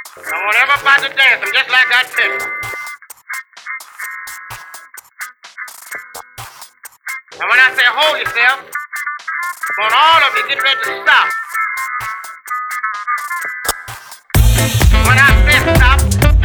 I want everybody to dance. I'm just like I tell you. And when I say hold yourself, I want all of you get ready to stop. When I say stop,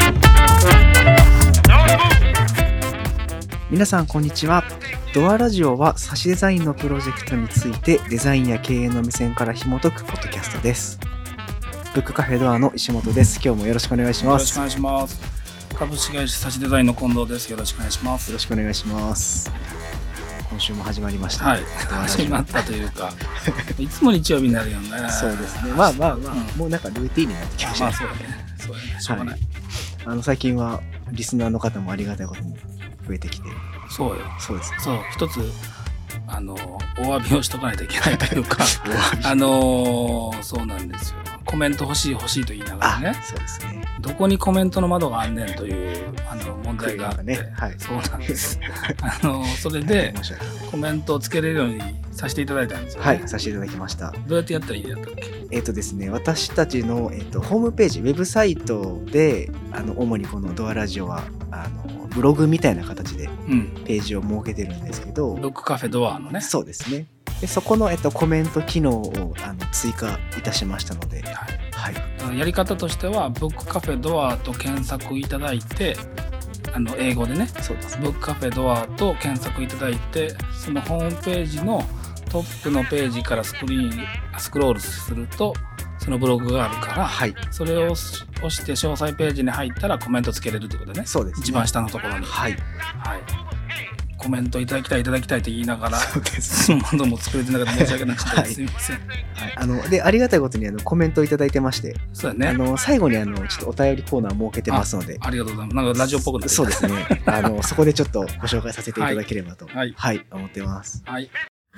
don't move. 皆さんこんにちは。ドアラジオはサシデザインのプロジェクトについてデザインや経営の目線から紐解くポッドキャストです。ブックカフェドアの石本です。今日もよろしくお願いします。 よろしくお願いします。株式会社サシデザインの近藤です。よろしくお願いします。 よろしくお願いします。今週も始まりました、 はい、始まったというかいつも日曜日になるよね。 そうですね。まあ、もうなんかルーティーンになってきましたね。 そうだね。しょうがない。 はい、最近はリスナーの方もありがたいことに増えてきて。 そうよ。 そうですね。 そう、一つお詫びをしとかないといけないというかそうなんですよ。コメント欲しいと言いながらね。 そうですね。 どこにコメントの窓があんねんという問題があって、 ね、はい、 そうなんですそれでコメントをつけれるようにさせていただいたんですよね。 はい、させていただきました。 どうやってやったらいいんだったっけ？ ですね、私たちの、ホームページ、ウェブサイトで主にこのドアラジオはブログみたいな形でページを設けてるんですけど、 ブックカフェドアのね。 そうですね。でそこの、コメント機能を追加いたしましたので、はいはい、 やり方としてはブックカフェドアと検索いただいて、英語でね、 そうですね、 ブックカフェドアと検索いただいて、そのホームページのトップのページからスクロールするとそのブログがあるから、はい、それを押して詳細ページに入ったらコメントつけれるということでね。 そうですね。 一番下のところに、はいはい、コメントいただきたいと言いながら、そうです。ものも作れてなかった申し訳なくて、はい、すみません。 はい、でありがたいことにコメントをいただいてまして、 そうだね。 最後にちょっとお便りコーナー設けてますので、 ありがとうございます。なんかラジオっぽくなって、 そうですね。そこでちょっとご紹介させていただければと、 はいはい、思ってます。 はい。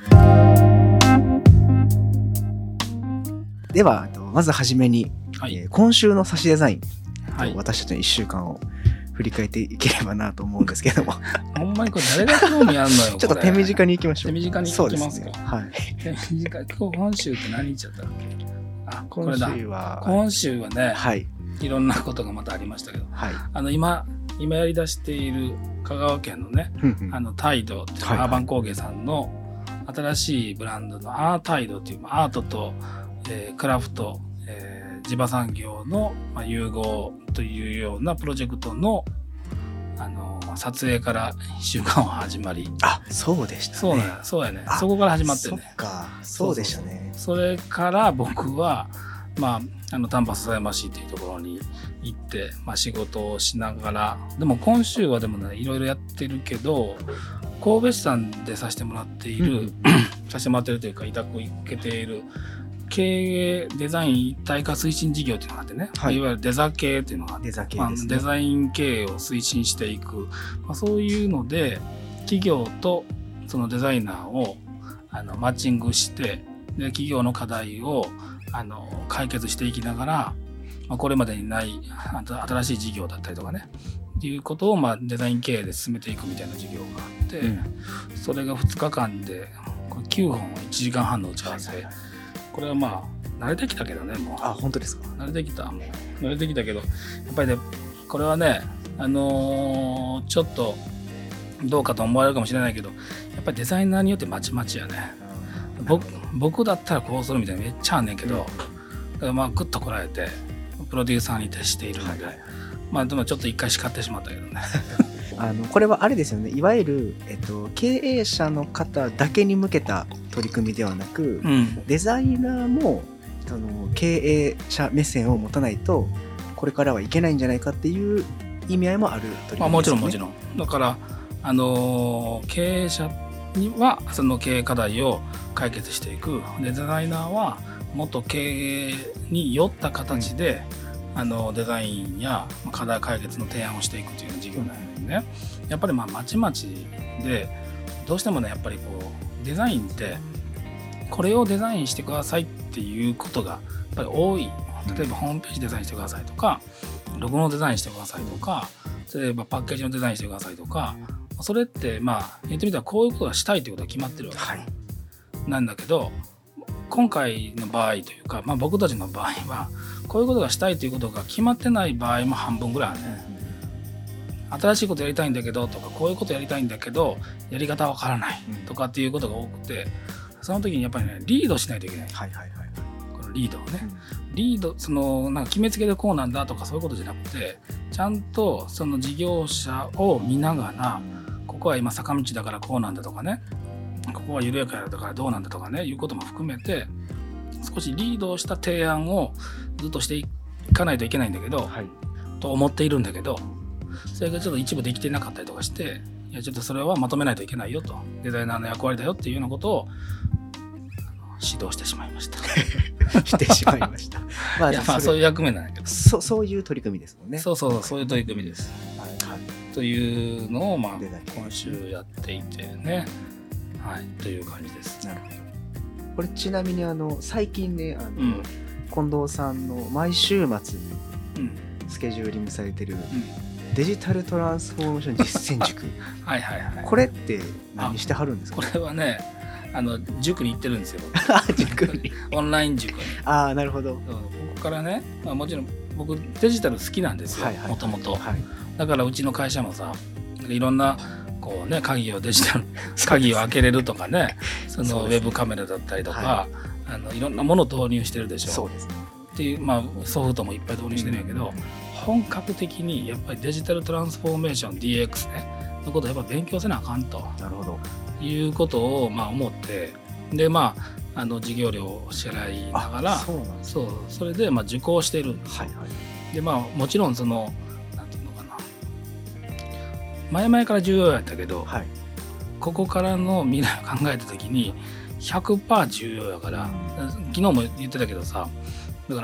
ではまずはじめに、はい、今週のサシデザイン、はい、私たちの1週間を振り返っていければなと思うんですけどもほんまにこれ誰が興味あんのよ。 ちょっと手短にいきましょう。 手短にいきますか。 そうですね、はい、 手短い。今週って何日だったっけ？ 今週は今週はね、 はい、 いろんなことがまたありましたけど、 はい、 今やり出している香川県のねタイドっていうアーバン工芸さんの新しいブランドのアータイドっていうアートと、クラフト、地場産業の、融合というようなプロジェクトの撮影から1週間は始まり。 そうでしたね。 そうやね。そこから始まってね。 そっか、そうでしたね。 それから僕は丹波篠山市っていうところに行って、仕事をしながら、でも今週はでもね、いろいろやってるけど、神戸市さんでさせてもらっている、させてもらってるというか委託を受けている経営デザイン一体化推進事業っていうのがあってね、はい、いわゆるデザ系っていうのがあって、 デザ系ですね。 デザイン経営を推進していく、そういうので企業とそのデザイナーをマッチングして、で企業の課題を解決していきながら、これまでにない新しい事業だったりとかねっていうことをデザイン経営で進めていくみたいな事業があって、それが2日間でこれ9本1時間半の打ち合わせ、これは慣れてきたけどね、もう。 本当ですか？ 慣れてきたけど、やっぱりね、これはね、ちょっとどうかと思われるかもしれないけど、やっぱりデザイナーによってまちまちやね。僕だったらこうするみたいなめっちゃあんねんけど、だからグッとこらえてプロデューサーに徹しているので、でもちょっと一回叱ってしまったけどねこれはあれですよね、いわゆる、経営者の方だけに向けた取り組みではなく、デザイナーも経営者目線を持たないとこれからはいけないんじゃないかっていう意味合いもある取り組みですよね。 もちろんだから経営者にはその経営課題を解決していく、デザイナーはもっと経営に寄った形で、デザインや課題解決の提案をしていくという事業なんですね。やっぱりまちまちでどうしてもね、やっぱりデザインってこれをデザインしてくださいっていうことがやっぱり多い。例えばホームページデザインしてくださいとか、ロゴのデザインしてくださいとか、例えばパッケージのデザインしてくださいとか、それって言ってみたらこういうことがしたいということが決まってるわけ、なんだけど、今回の場合というか、僕たちの場合はこういうことがしたいということが決まってない場合も半分ぐらいあるね。新しいことやりたいんだけどとか、こういうことやりたいんだけどやり方わからないとかっていうことが多くて、その時にやっぱりねリードしないといけない。 はいはいはい。 このリードをね、リードなんか決めつけでこうなんだとかそういうことじゃなくて、ちゃんとその事業者を見ながら、ここは今坂道だからこうなんだとかね、ここは緩やかだからどうなんだとかねいうことも含めて、少しリードした提案をずっとしていかないといけないんだけど、はい、と思っているんだけど、それがちょっと一部できてなかったりとかして、いやちょっとそれはまとめないといけないよと、デザイナーの役割だよっていうようなことを指導してしまいましたしてしまいましたまあ、 いやまあそういう役目なんだけど、 そういう取り組みですもんね。 そういう取り組みです、はいはい、というのをまあ今週やっていてね、はい、という感じです。 なるほど。これちなみに最近ね近藤さんの毎週末にスケジューリングされてるデジタルトランスフォーメーション実践塾はいはい、はい、 これって何してはるんですか？ これはね塾に行ってるんですよ塾にオンライン塾に。 ああなるほど。ここからね、まあ、もちろん僕デジタル好きなんですよ、もともと。だからうちの会社もさ、いろんなこうね鍵を開けれるとかねそのウェブカメラだったりとか、いろんなものを導入してるでしょ。 そうですね。 っていう、まあ、ソフトもいっぱい導入してるんやけど、本格的にやっぱりデジタルトランスフォーメーション DX ねのことをやっぱ勉強せなあかんと。 なるほど。 いうことをまあ思って、でまあ授業料を支払いながら、それでまあ受講してるんです。はいはい、でまあもちろんなんていうのかな、前々から重要やったけど、はい、ここからの未来を考えた時に 100% 重要やから、昨日も言ってたけどさ、だから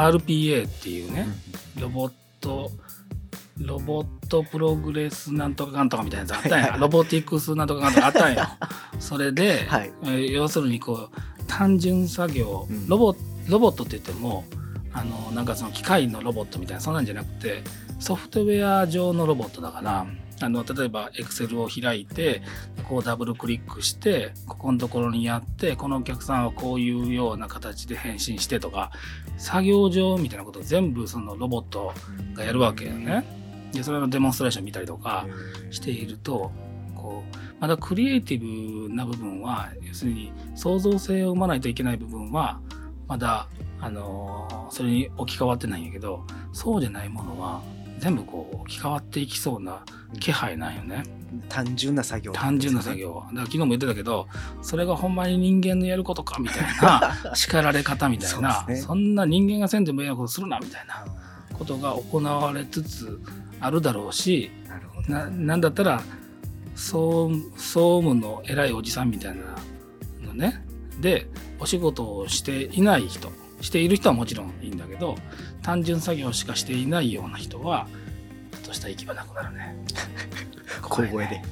RPA っていうね、ロボットプログレスなんとかかんとかみたいなやつあったんやロボティクスなんとかかんとかあったんよそれで、はい、要するにこう単純作業、ロボットって言ってもなんかその機械のロボットみたいなそんなんじゃなくて、ソフトウェア上のロボットだから、例えば Excel を開いてこうダブルクリックしてここのところにやって、このお客さんはこういうような形で返信してとか、作業上みたいなことを全部そのロボットがやるわけよね。でそれのデモンストレーション見たりとかしていると、こうまだクリエイティブな部分は、要するに創造性を生まないといけない部分はまだそれに置き換わってないんやけど、そうじゃないものは全部こう置き換わっていきそうな気配なんよね。 単純な作業、 だから昨日も言ってたけど、それがほんまに人間のやることかみたいな叱られ方みたいなそんな人間がせんでもいいようなことするなみたいなことが行われつつあるだろうし、なんだったら総務の偉いおじさんみたいなのねでお仕事をしていない人、している人はもちろんいいんだけど、単純作業しかしていないような人はちょっとした息がなくなるね小声で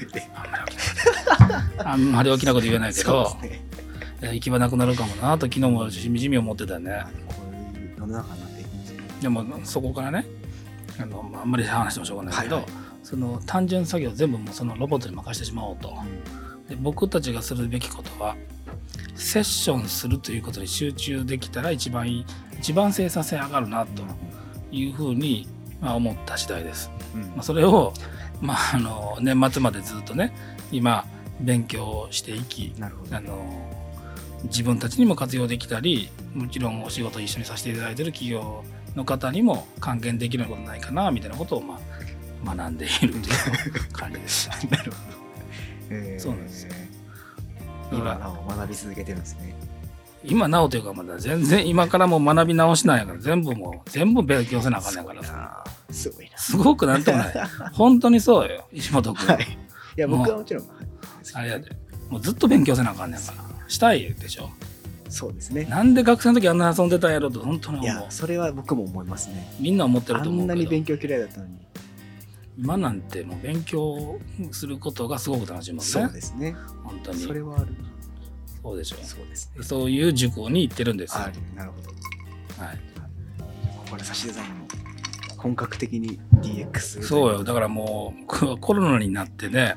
あんまり大きなこと言えないけど、行き場なくなるかもなと昨日もしみじみ思ってたね。 こういう世の中になっていくんですよ。 でもそこからねあんまり話してもしょうがないけど、その単純作業全部もそのロボットに任せてしまおうと、で僕たちがするべきことはセッションするということに集中できたら一番生産性上がるなというふうに思った次第です。それを年末までずっとね今勉強していき、自分たちにも活用できたり、もちろんお仕事一緒にさせていただいている企業の方にも還元できることないかなみたいなことを学んでいるという感じです。 なるほど。 そうなんですよ。 今なお学び続けてるんですね。 今なおというかまだ全然今からも学び直しなんやから、全部勉強せなあかんねんからさ。 すごいな。 すごくなんともない。本当にそうよ石本君。 はい。いや僕はもちろんあれやで、もうずっと勉強せなあかんねんから。したいでしょ。 そうですね。 なんで学生の時あんな遊んでたんやろと本当に思う。 いやそれは僕も思いますね。 みんな思ってると思うけど。 あんなに勉強嫌いだったのに。 今なんてもう勉強することがすごく楽しいもんね。 そうですね。 本当に。 それはある。 そうでしょう。 そうですね。 そういう塾に行ってるんですよ。 なるほど。 はい。 ここから差しデザインも本格的に DX。 そうよ。だからもうコロナになってね、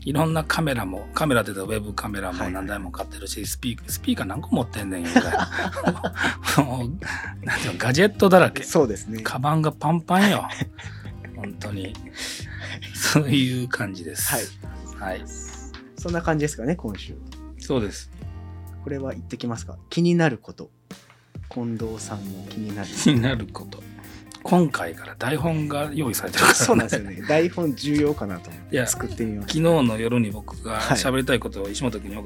いろんなカメラって言うとウェブカメラも何台も買ってるし、スピーカー何個持ってんねんよぐらいもうなんていうのガジェットだらけ。 そうですね。 カバンがパンパンよ本当にそういう感じです。はい。 そんな感じですかね今週。 そうです。 これは言ってきますか。気になること。近藤さんの気になること。 今回から台本が用意されてるから、ね、 そうなんですよね。台本重要かなと思って作ってみました。 昨日の夜に僕が喋りたいことを石本君に送った。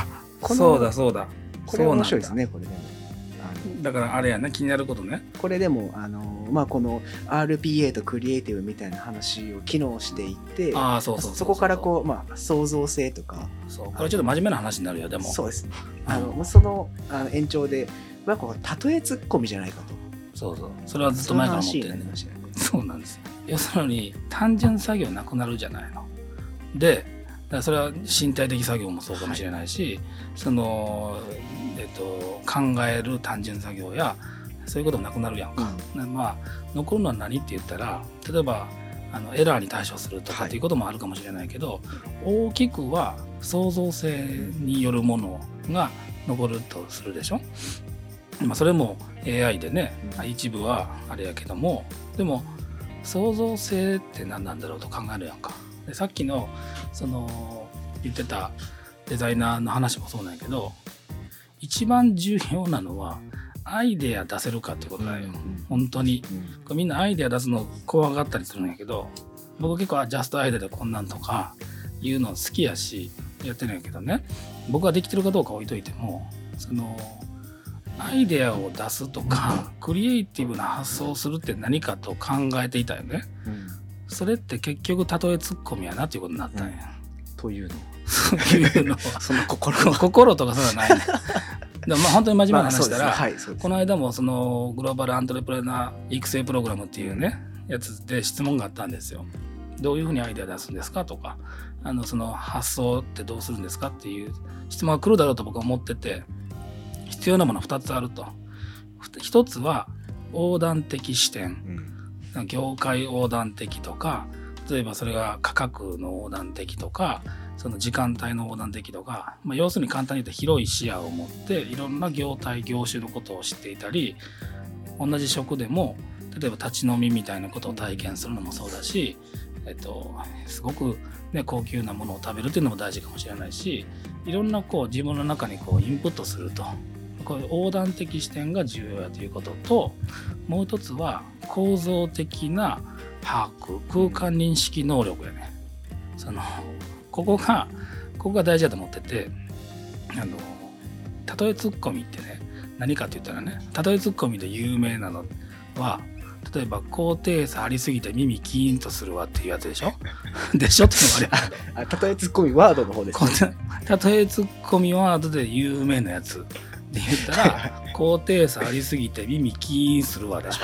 そうだ。 これ面白いですね。これでもだからあれやね、気になることね。 これでもこの RPA とクリエイティブみたいな話を機能していって、そこからこう創造性とか、 これちょっと真面目な話になるよ。でもそうですね。その延長でこう例えツッコミじゃないかと。 そうそれはずっと前から思ってる、ね、そうなんですよ。要するに単純作業なくなるじゃないので、だからそれは身体的作業もそうかもしれないし、その考える単純作業やそういうこともなくなるやんか、残るのは何って言ったら、例えばエラーに対処するとかっていうこともあるかもしれないけど、大きくは創造性によるものが残るとするでしょ。それも AI でね、一部はあれやけども、でも創造性って何なんだろうと考えるやんか。でさっきのその言ってたデザイナーの話もそうなんやけど、一番重要なのはアイデア出せるかってことだよ、本当に。みんなアイデア出すの怖がったりするんやけど、僕結構ジャストアイデアでこんなんとかいうの好きやしやってるんやけどね、僕ができてるかどうか置いといても、そのアイデアを出すとかクリエイティブな発想をするって何かと考えていたよね、それって結局例えツッコミやなっていうことになったんや、 というのそういうのその心とかそういうのはないねでも本当に真面目な話したら、この間もそのグローバルアントレプレナー育成プログラムっていうねやつで質問があったんですよ。どういうふうにアイデア出すんですかとか、その発想ってどうするんですかっていう質問が来るだろうと僕は思ってて、必要なもの2つあると。1つは横断的視点、業界横断的とか、例えばそれが価格の横断的とか、その時間帯の横断的とか、要するに簡単に言うと広い視野を持っていろんな業種のことを知っていたり、同じ職でも例えば立ち飲みみたいなことを体験するのもそうだし、すごく、高級なものを食べるっていうのも大事かもしれないし、いろんな自分の中にインプットすると、こういう横断的視点が重要やということと、もう一つは構造的な把握、空間認識能力やね。ここが大事だと思ってて、例えツッコミってね、何かって言ったらね、例えツッコミで有名なのは、例えば高低差ありすぎて耳キーンとするわっていうやつでしょでしょってのもあれ例えツッコミワードの方ですね。 例えツッコミワードで有名なやつで言ったら高低差ありすぎて耳キーンするわでしょ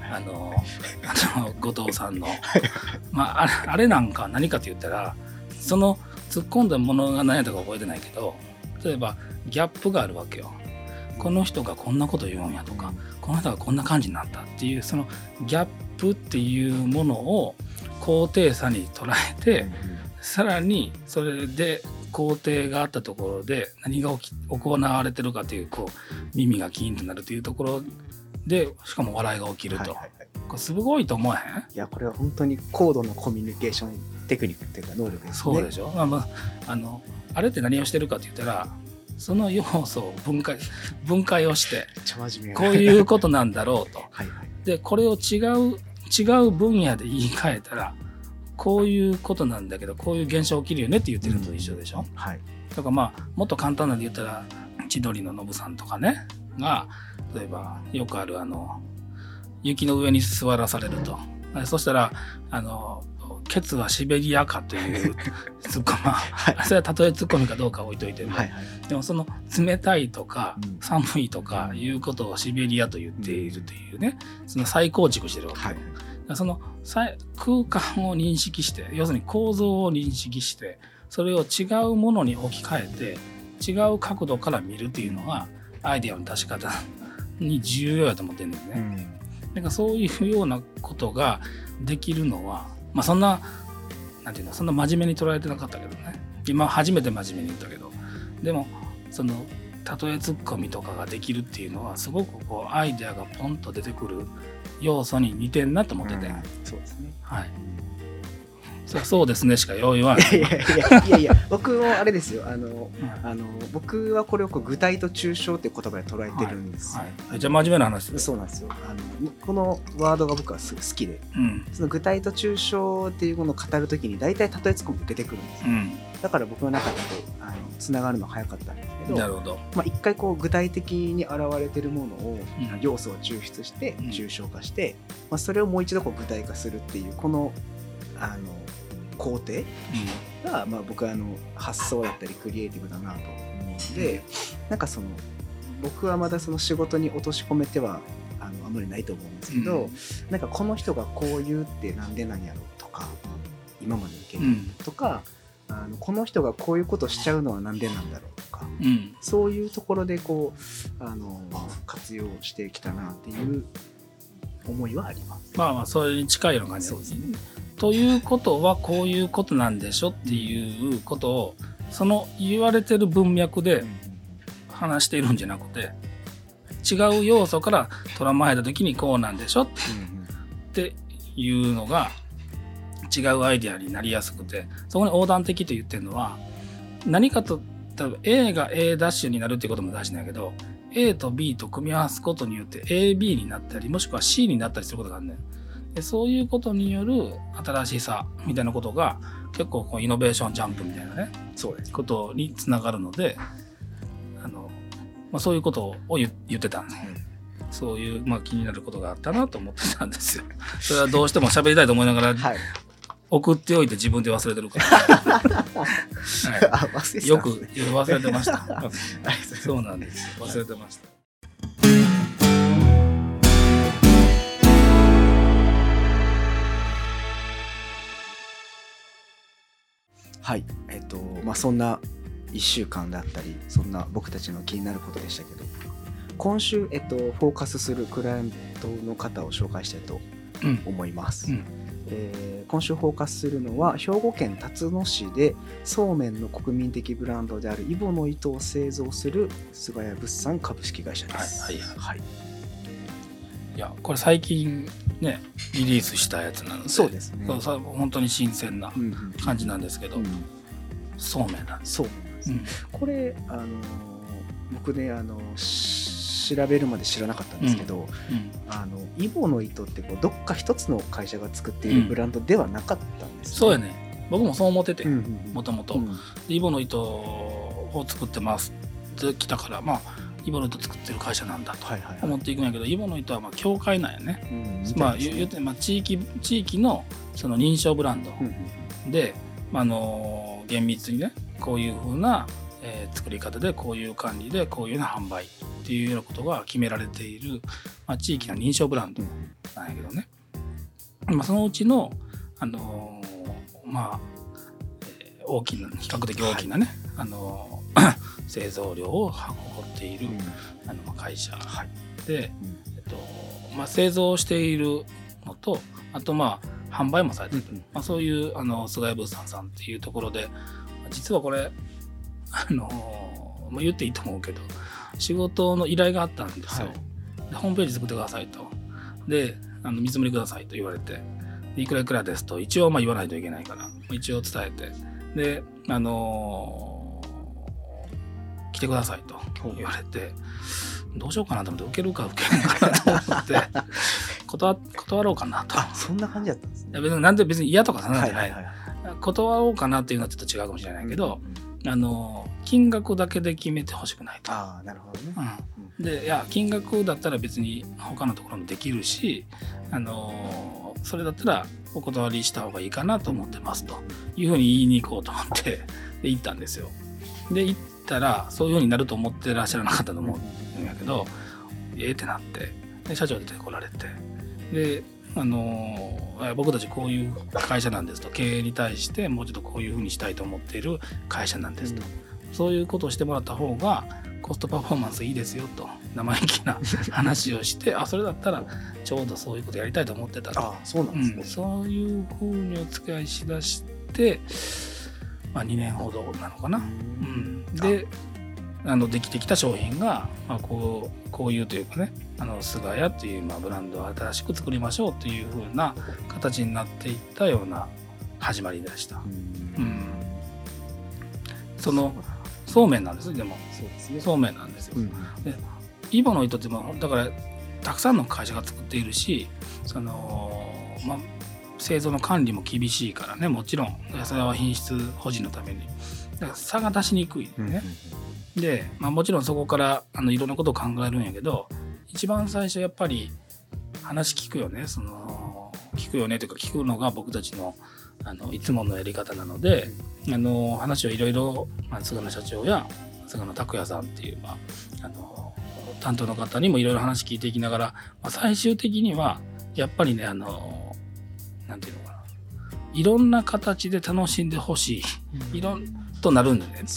後藤さんのあれなんか何かって言ったら、その突っ込んだものが何やったか覚えてないけど、例えばギャップがあるわけよ。この人がこんなこと言うんやとか、この人がこんな感じになったっていう、そのギャップっていうものを高低差に捉えて、さらにそれで工程があったところで何が行われてるかという、耳がキーンとなるというところで、しかも笑いが起きると、これすごいと思わへん？ いや、これは本当に高度のコミュニケーションテクニックっていうか能力ですね。 そうでしょ。あれって何をしてるかって言ったら、その要素を分解をしてこういうことなんだろうとで、これを違う分野で言い換えたらこういうことなんだけど、こういう現象起きるよねって言ってるのと一緒でしょ、だからもっと簡単なんで言ったら、千鳥のノブさんとかねが、例えばよくある雪の上に座らされると、そしたらケツはシベリアかというツッコミ、それは例えツッコミかどうか置いといても、でもその冷たいとか寒いとかいうことをシベリアと言っているというね、その再構築してるわけ、その空間を認識して、要するに構造を認識して、それを違うものに置き換えて違う角度から見るっていうのがアイデアの出し方に重要だと思ってるんですね、だからそういうようなことができるのは、そんななんていうの、そんな真面目に捉えてなかったけどね。今初めて真面目に言ったけど、でもその例えツッコミとかができるっていうのはすごくこうアイデアがポンと出てくる要素に似てんなと思ってて、 そうですね。 はい。そうですねしかよう言わない。 いや僕もあれですよ。僕はこれを具体と抽象っていう言葉で捉えてるんですよ。 じゃあ真面目な話です。 そうなんですよ。このワードが僕は好きで、その具体と抽象っていうものを語るときに大体例えツッコミ出てくるんですよ。だから僕の中でつながるの早かったんですけど、 なるほど。 一回こう具体的に現れてるものを、要素を抽出して抽象化して、それをもう一度こう具体化するっていうこの工程が、僕は発想だったりクリエイティブだなと思うので、なんか僕はまだその仕事に落とし込めてはあんまりないと思うんですけど、なんかこの人がこう言うってなんでなんやろとか、今までの経験とか、この人がこういうことしちゃうのはなんでなんだろうとか、そういうところでこう活用してきたなっていう思いはあります。 それに近いような感じですね。ということはこういうことなんでしょっていうことをその言われてる文脈で話しているんじゃなくて、違う要素から捉まえた時にこうなんでしょっていうのが違うアイデアになりやすくて、そこに横断的と言ってるのは何かと、例えば A が A' になるっていうことも大事なんだけど、 A と B と組み合わすことによって AB になったりもしくは C になったりすることがあるんだよ。でそういうことによる新しさみたいなことが結構こうイノベーションジャンプみたいなね、そうですことにつながるので、そういうことを言ってたんです、そういう、気になることがあったなと思ってたんですよ。それはどうしても喋りたいと思いながら、送っておいて自分で忘れてるから、よく忘れてましたそうなんです、忘れてました。 はい、そんな1週間だったり、そんな僕たちの気になることでしたけど、今週、フォーカスするクライアントの方を紹介したいと思います。今週フォーカスするのは兵庫県辰野市でそうめんの国民的ブランドであるイボの糸を製造する菅谷物産株式会社です。いやこれ最近ねリリースしたやつなので、 そうですね、 本当に新鮮な感じなんですけど、そうめんなんです。 そうめんです、これ僕ね調べるまで知らなかったんですけど、イボの糸ってどっか一つの会社が作っているブランドではなかったんです、 そうやね、僕もそう思ってて、もともとイボの糸を作ってますって来たから、イボの糸作ってる会社なんだと思っていくんやけど、イボの糸は協会なんやね。言って地域のその認証ブランドで、厳密にねこういう風な作り方でこういう管理でこういうような販売っていうようなことが決められている、地域の認証ブランドなんやけどね、そのうちの大きな比較的大きなね、製造量を誇っている会社で、製造しているのと、あと販売もされている、そういう菅谷物産さんっていうところで、実はこれ言っていいと思うけど仕事の依頼があったんですよ、でホームページ作ってくださいと、で見積もりくださいと言われて、でいくらいくらですと一応言わないといけないから一応伝えて、で来てくださいと言われて、どうしようかなと思って、受けるか受けないかなと思って断ろうかなと。 そんな感じだったんですね。 なんで別に嫌とかそんなんじゃない、断ろうかなっていうのはちょっと違うかもしれないけど、金額だけで決めてほしくないと。 なるほどね。 でいや金額だったら別に他のところもできるし、それだったらお断りした方がいいかなと思ってますというふうに言いに行こうと思ってで行ったんですよ。で行ったらそういうふうになると思ってらっしゃらなかったと思うんやけど、ってなって、で社長出てこられて、で僕たちこういう会社なんですと、経営に対してもうちょっとこういうふうにしたいと思っている会社なんですと、そういうことをしてもらった方がコストパフォーマンスいいですよと生意気な話をしてそれだったらちょうどそういうことやりたいと思ってたと。 そうなんですね。 そういうふうにお付き合いしだし 、2年ほどなのかな。でできてきた商品が、こういうというかね、菅谷っていうブランドを新しく作りましょうという風な形になっていったような始まりでした。そのそうめんなんです。でもそうですね、そうめんなんですよ。でイボの糸ってだからたくさんの会社が作っているし、製造の管理も厳しいからね、もちろんそれは品質保持のためにだから差が出しにくいね。で、もちろんそこからいろんなことを考えるんやけど、一番最初やっぱり話聞くよね。聞くよねというか、聞くのが僕たちのいつものやり方なので、話をいろいろ菅野社長や菅野拓也さんっていう、担当の方にもいろいろ話聞いていきながら、最終的にはやっぱりね、なんていうのかな、いろんな形で楽しんでほしい、となるんでね。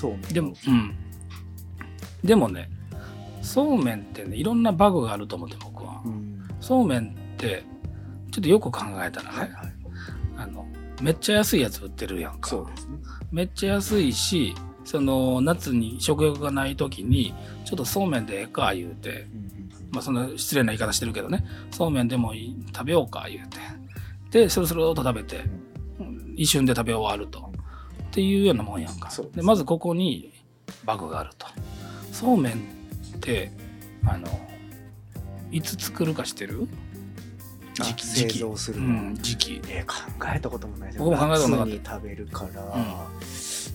でもね、そうめんってね、いろんなバグがあると思って僕は。そうめんってちょっとよく考えたらね、めっちゃ安いやつ売ってるやんか。そうですね。めっちゃ安いし、夏に食欲がない時にちょっとそうめんでええか言うて、そんな失礼な言い方してるけどね、そうめんでも食べようか言うて、でスルスルっと食べて、一瞬で食べ終わるとっていうようなもんやんか。でまずここにバグがあると。そうめんっていつ作るか知ってる？ 時期製造する時期。 考えたこともないです。 僕も考えたことなかった。 夏に食べるから、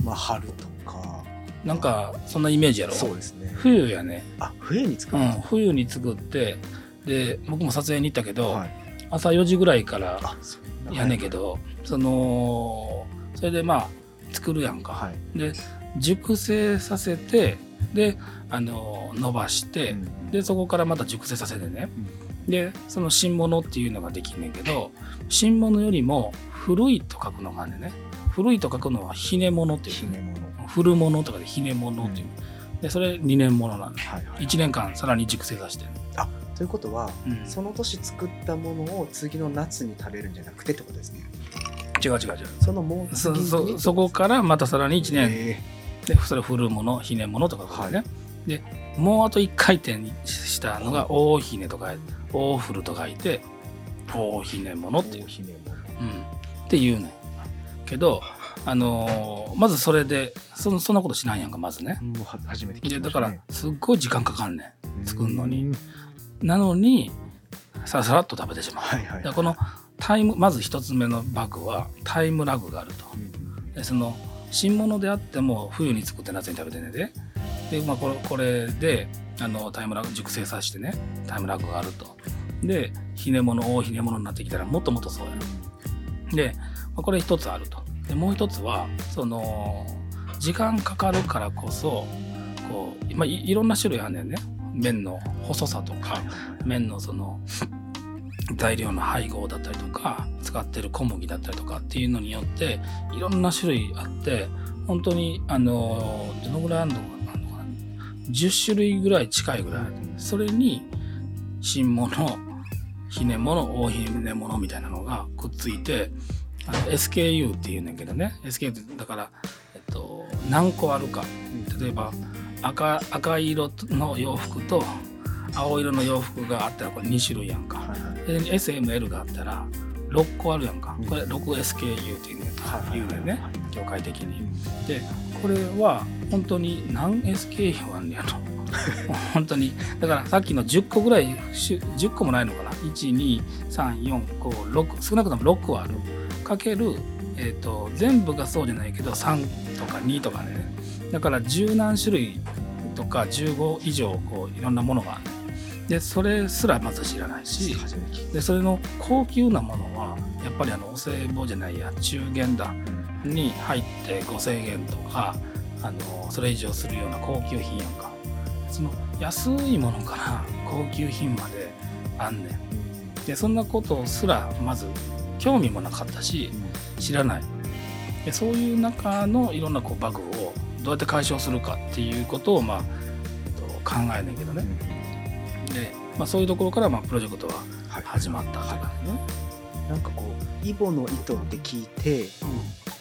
春とかなんかそんなイメージやろ。 そうですね。 冬やね。 冬に作る。 冬に作って、で僕も撮影に行ったけど、朝4時ぐらいからやねんけど、それで作るやんか。で熟成させて、で伸ばして、でそこからまた熟成させてね、でその新物っていうのができんねんけど、新物よりも古いと書くのがあんねんね。古いと書くのはひね物っていう、古物とかでひね物っていう、でそれ2年物なんで、1年間さらに熟成させてる。 ということは、その年作ったものを次の夏に食べるんじゃなくてってことですね。 違う。 もう次にそこからまたさらに1年で、それ古物ひね物とかね、でもうあと1回転したのが大ひねとか大古と書いて大ひね物っていう、っていうねけど、まずそれでそんなことしないやんか、まずね。 もう初めて聞きましたね。 だからすっごい時間かかんねん、作るのに。なのにさらっと食べてしまう。だからこのまず一つ目のバグはタイムラグがあると。で新物であっても冬に作って夏に食べてねで、これでタイムラグ熟成させてね、タイムラグがあると。でひね物大ひね物になってきたらもっともっとそうやる。でこれ一つあると。でもう一つは時間かかるからこそいろんな種類あんねんね。麺の細さとか、麺の材料の配合だったりとか、使ってる小麦だったりとかっていうのによっていろんな種類あって、本当にどのぐらいあるのかな、10種類ぐらい近いぐらい。それに新物、ひね物、大ひね物みたいなのがくっついて、SKU っていうんだけどね。SKU ってだから何個あるか。例えば赤色の洋服と青色の洋服があったらこれ2種類やんか。SML があったら6個あるやんか。これ 6SKU っていうねんね、業界的に。でこれは本当に何 SKU あんねやろ。本当にだからさっきの10個ぐらい、10個もないのかな。1,2,3,4,5,6 少なくとも6はあるかける、全部がそうじゃないけど3とか2とかね。だから10何種類とか15以上いろんなものがある。でそれすらまず知らないし、でそれの高級なものはやっぱりお歳暮じゃないや中元だに入って5,000円とかそれ以上するような高級品やんか。その安いものから高級品まであんねん。でそんなことすらまず興味もなかったし知らない。でそういう中のいろんなバグをどうやって解消するかっていうことを考えねんけどね。でそういうところからプロジェクトは始まったとかね。 なんかイボの糸って聞いて、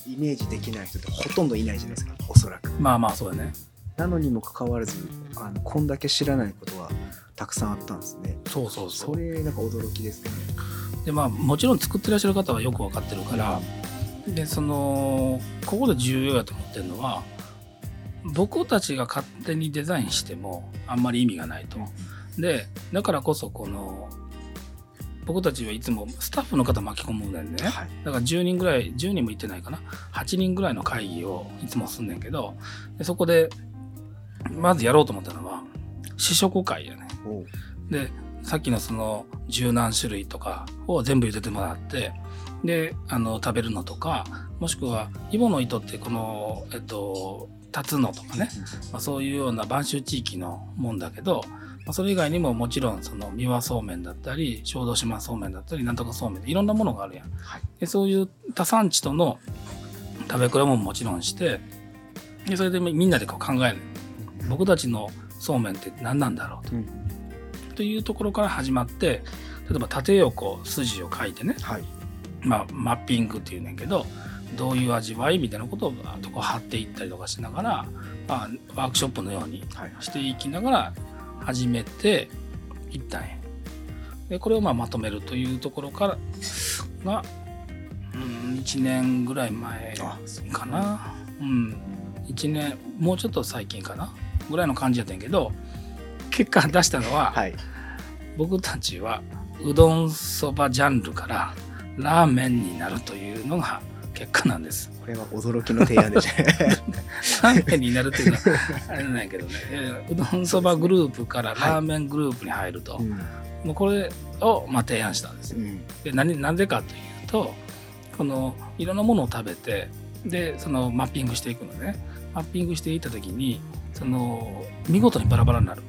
イメージできない人ってほとんどいないじゃないですか、おそらく。 まあまあそうだね。 なのにもかかわらずこんだけ知らないことはたくさんあったんですね。 そうそうそう。 それなんか驚きですね。 でまあもちろん作ってらっしゃる方はよく分かってるから、でここで重要やと思ってるのは、僕たちが勝手にデザインしてもあんまり意味がないと。でだからこそ僕たちはいつもスタッフの方巻き込むんだよね、はい、だから10人ぐらい、10人もいってないかな、8人ぐらいの会議をいつもすんねんけど、でそこでまずやろうと思ったのは試食会やね。でさっきの十何種類とかを全部茹でてもらって、で食べるのとか、もしくはイボの糸ってタツノとかね、そういうような播州地域のもんだけど、それ以外にももちろん三輪そうめんだったり小豆島そうめんだったりなんとかそうめんでいろんなものがあるやん、はい、でそういう他産地との食べ比べももちろんして、でそれでみんなで考える、僕たちのそうめんって何なんだろうと、というところから始まって、例えば縦横筋を書いてね、はい、マッピングっていうんだけど、どういう味わいみたいなことを貼っていったりとかしながら、ワークショップのようにしていきながら始めていったんや。でこれをまとめるというところからが、1年ぐらい前かな、1年もうちょっと最近かなぐらいの感じやったんやけど、結果出したのは、はい、僕たちはうどんそばジャンルからラーメンになるというのが結果なんです。 これは驚きの提案でしたね。 ラーメンになるっていうのはあれなんやけどね、うどんそばグループからラーメングループに入ると、もうこれを提案したんですよ。でなんでかというと、いろんなものを食べて、でマッピングしていくのね。マッピングしていった時に見事にバラバラになる。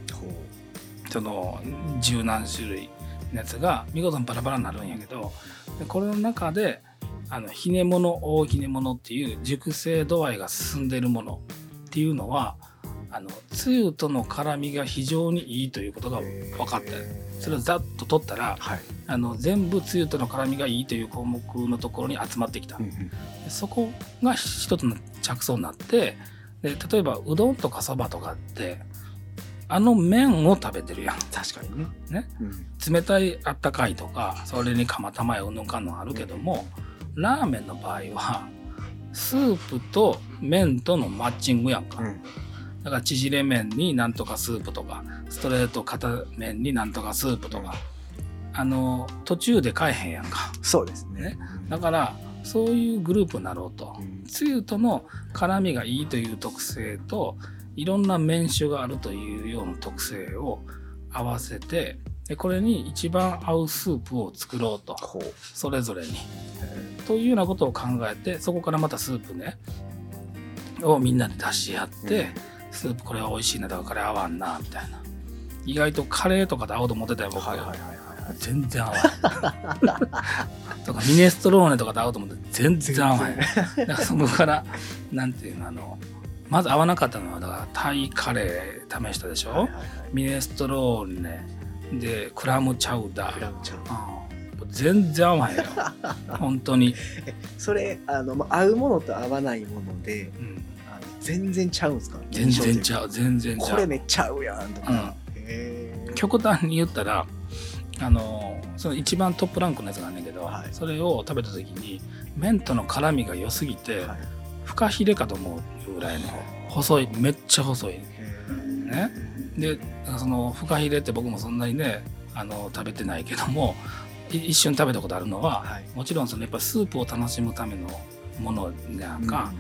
十何種類のやつが見事にバラバラになるんやけど、これの中でひねもの、大ひねものっていう熟成度合いが進んでいるものっていうのはつゆとの絡みが非常にいいということが分かって、それをざっと取ったら、はい、全部つゆとの絡みがいいという項目のところに集まってきた、そこが一つの着想になって、で例えばうどんとかそばとかって麺を食べてるやん。 確かにね、冷たいあったかいとか、それに釜玉やうんぬんかんのあるけども、ラーメンの場合はスープと麺とのマッチングやんか、だから縮れ麺になんとかスープとか、ストレート片麺になんとかスープとか、途中で変えへんやんか。 そうですね。 だからそういうグループになろうと、つゆとの絡みがいいという特性と、いろんな麺種があるというような特性を合わせて、でこれに一番合うスープを作ろうと、それぞれにというようなことを考えて、そこからまたスープねをみんなで出し合って、スープこれは美味しいな、だからこれ合わんなみたいな。意外とカレーとかで合うと思ってたよ僕は。全然合わないとかミネストローネとかで合うと思って全然合わない。だからそこからなんていうの、まず合わなかったのはだからタイカレー試したでしょ、ミネストローネでクラムチャウダー、全然合わへんよ本当に。 それ合うものと合わないもので、全然ちゃうんですか？ 全然ちゃう、全然ちゃう。 これめっちゃ合うやんとか、 極端に言ったらその一番トップランクのやつがあんねんけど、それを食べた時に麺との絡みが良すぎて、フカヒレかと思うぐらいの細い、めっちゃ細いね。でそのフカヒレって僕もそんなにね食べてないけども、一瞬食べたことあるのは、もちろんやっぱスープを楽しむためのものなんか、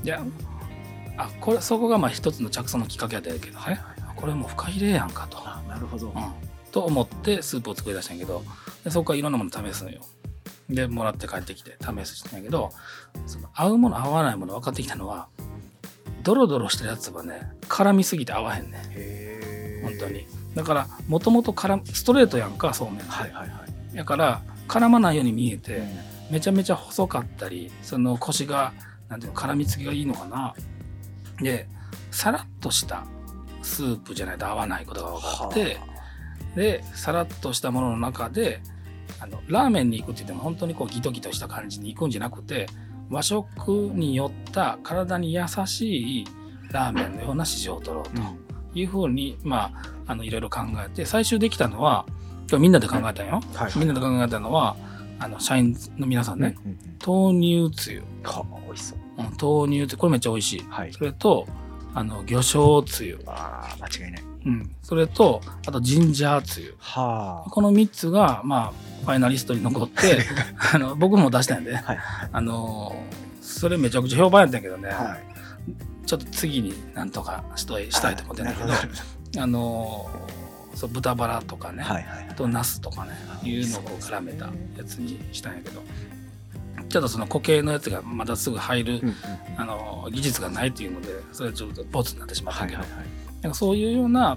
そこが一つの着想のきっかけやったけどね、これもフカヒレやんかと。 なるほど、 と思ってスープを作り出したんやけど、でそこからいろんなもの試すのよ。でもらって帰ってきて試すんやけど、合うもの合わないもの分かってきたのは、ドロドロしてるやつはね絡みすぎて合わへんね。本当に。だからもともとストレートやんかそうめんって、だから絡まないように見えて、めちゃめちゃ細かったり、そのコシがなんていうの、絡みつきがいいのかな。でさらっとしたスープじゃないと合わないことが分かって、でさらっとしたものの中でラーメンに行くって言っても本当にギトギトした感じに行くんじゃなくて、 和食によった体に優しいラーメンのような支持を取ろうというふうに、いろいろ考えて、最終できたのは、今日みんなで考えたよ。はい、みんなで考えたのは、社員の皆さんね、豆乳つゆ。 美味しそう。 豆乳つゆ、これめっちゃ美味しい。 はい、 それと、魚醤つゆ。 間違いない。 それと、あとジンジャーつゆ。この3つが、ファイナリストに残って、僕も出したんで、はい、それめちゃくちゃ評判やったんやけどね、はい、ちょっと次になんとかしたいと思ってんだけど、そう豚バラとかね、あとナスとかね、いうのを絡めたやつにしたんやけど、ちょっとその固形のやつがまたすぐ入る、技術がないっていうので、それちょっとボツになってしまったけど、なんかそういうような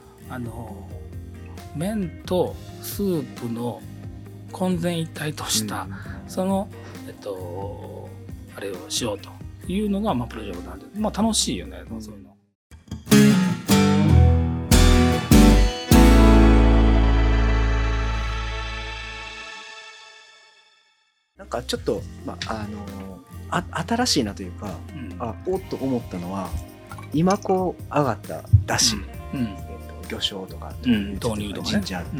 麺とスープの混然一体とした、そのあれをしようというのがプロジェクトなんで、楽しいよね、そういうの。 なんかちょっと新しいなというか、おっと思ったのは、今上がっただし、魚醤とか豆乳とかジンジャーって、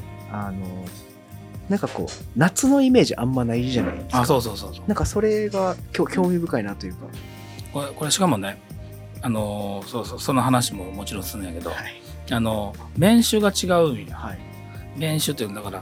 なんか夏のイメージあんまないじゃないですか。 そうなんかそれが興味深いなというか、 これしかもね、その話ももちろんするんやけど、麺種が違うんや。麺種っていうのだから、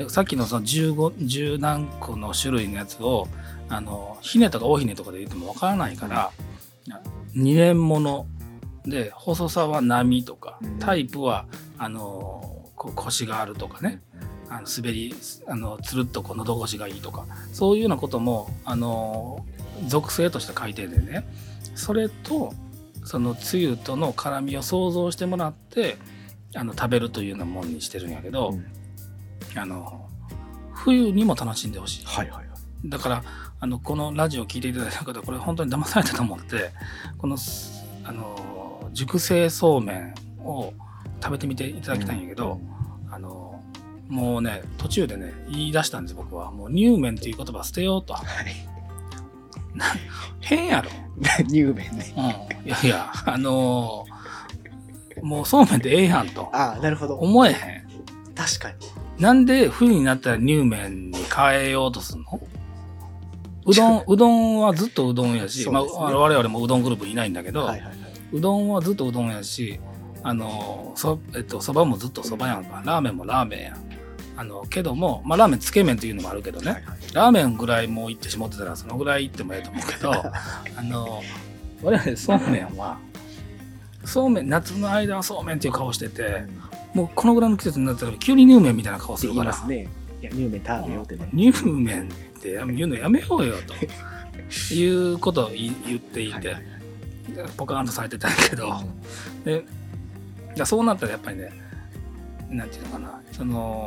さっきのその10何個の種類のやつをひねとか大ひねとかで言ってもわからないから、2年もので細さは波とか、タイプはコシがあるとかね、滑りつるっと喉越しがいいとか、そういうようなことも属性として書いてるんでね、それとそのつゆとの絡みを想像してもらって食べるというようなもんにしてるんやけど、冬にも楽しんでほしい。だからこのラジオを聞いていただいた方、これ本当に騙されたと思って、この熟成そうめんを食べてみていただきたいんやけど、もうね途中でね言い出したんです。僕はもう乳麺っていう言葉捨てようと。変やろ乳麺ね。 いやもうそうめんってええやんと。 なるほど。 思えへん。 確かに。 なんで冬になったら乳麺に変えようとするの？うどんはずっとうどんやし、我々もうどんグループいないんだけど、うどんはずっとうどんやし、そばもずっとそばやんか、ラーメンもラーメンやん。けども、ラーメンつけ麺っていうのもあるけどね、ラーメンぐらいもう行ってしまってたらそのぐらい行ってもええと思うけど、我々そうめんは夏の間はそうめんっていう顔してて、もうこのぐらいの季節になったら急に乳麺みたいな顔するから、 いや乳麺食べようってね、 乳麺って言うのやめようよということを言っていて、ポカーンとされてたんやけど、でそうなったらやっぱりね、なんていうのかな、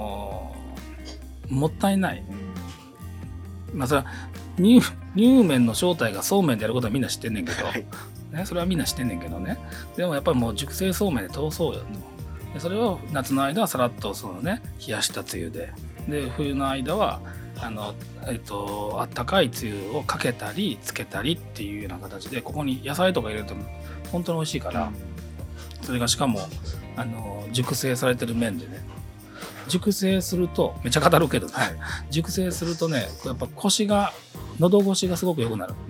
もったいない。それは乳麺の正体がそうめんでやることはみんな知ってんねんけど、それはみんな知ってんねんけどね。でもやっぱりもう熟成そうめんで通そうよと。でそれを夏の間はさらっと冷やしたつゆで、冬の間はあったかいつゆをかけたりつけたりっていうような形で、ここに野菜とか入れると本当に美味しいから、それがしかも熟成されてる麺でね、熟成するとめっちゃ語るけどね、熟成するとね、やっぱ喉越しがすごく良くなる。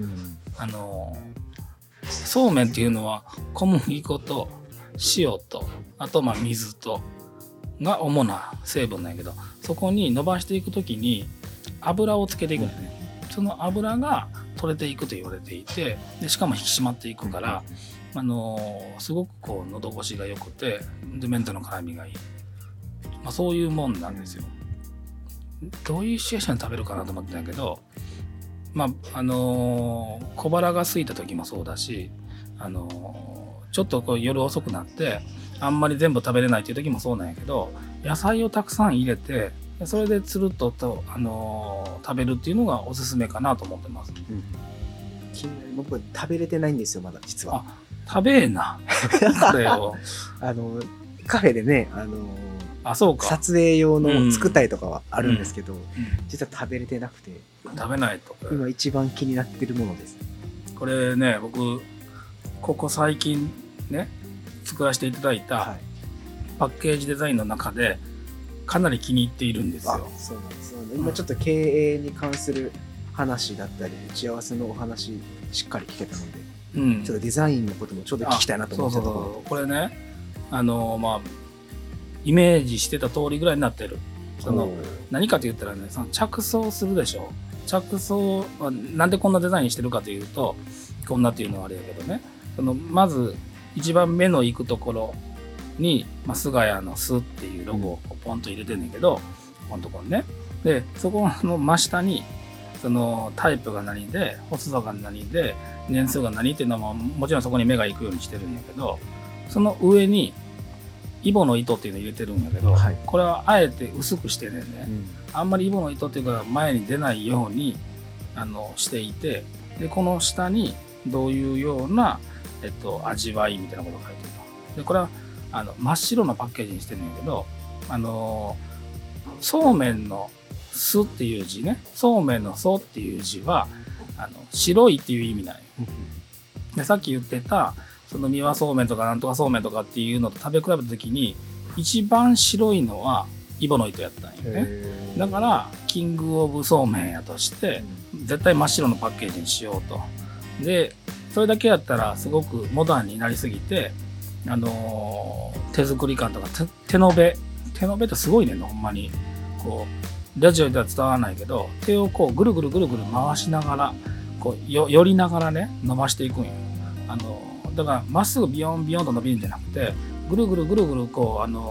そうめんっていうのは小麦粉と塩とあと水とが主な成分なんやけど、そこに伸ばしていくときに油をつけていくんだよね。その油が取れていくと言われていて、でしかも引き締まっていくから、すごく喉越しが良くて、で麺との絡みがいい、そういうもんなんですよ。どういうシチュエーションで食べるかなと思ってたんやけど、小腹が空いた時もそうだし、ちょっと夜遅くなってあんまり全部食べれないっていう時もそうなんやけど、野菜をたくさん入れて、それでつるっと食べるっていうのがおすすめかなと思ってます。 僕食べれてないんですよ、まだ実は。 食べえな。これをカフェでね、 そうか。 撮影用の作ったりとかはあるんですけど、実は食べれてなくて、 食べないと。 今一番気になってるものです。 これね、僕ここ最近ね作らせていただいたパッケージデザインの中でかなり気に入っているんですよ。 そうなんです。今ちょっと経営に関する話だったり打ち合わせのお話しっかり聞けたので、ちょっとデザインのこともちょっと聞きたいなと思ってたところ。 そうこれね、イメージしてた通りぐらいになってる。何かと言ったらね、その着想するでしょ。着想はなんでこんなデザインしてるかというと、こんなっていうのはあれやけどね、まず一番目の行くところに、菅谷の巣っていうロゴをポンと入れてんねんけど、このところね。で、そこの真下に、そのタイプが何で、細さが何で、年数が何っていうのももちろんそこに目が行くようにしてるんやけど、その上にイボの糸っていうのを入れてるんやけど、これはあえて薄くしてね、あんまりイボの糸っていうか前に出ないようにしていて、でこの下にどういうような、味わいみたいなことが書いてると。でこれは真っ白なパッケージにしてるんやけど、そうめんの巣っていう字ね、そうめんの巣っていう字は白いっていう意味なんよ。でさっき言ってたその三輪そうめんとかなんとかそうめんとかっていうのと食べ比べた時に一番白いのはイボの糸やったんよね。だからキングオブそうめんやとして絶対真っ白のパッケージにしようと。でそれだけやったらすごくモダンになりすぎて、手作り感とか手延べってすごいねんの、ほんまにこうラジオでは伝わらないけど、手をこうぐるぐるぐるぐる回しながらこう寄りながらね伸ばしていくんよ。だからまっすぐビヨンビヨンと伸びるんじゃなくて、ぐるぐるぐるぐるこう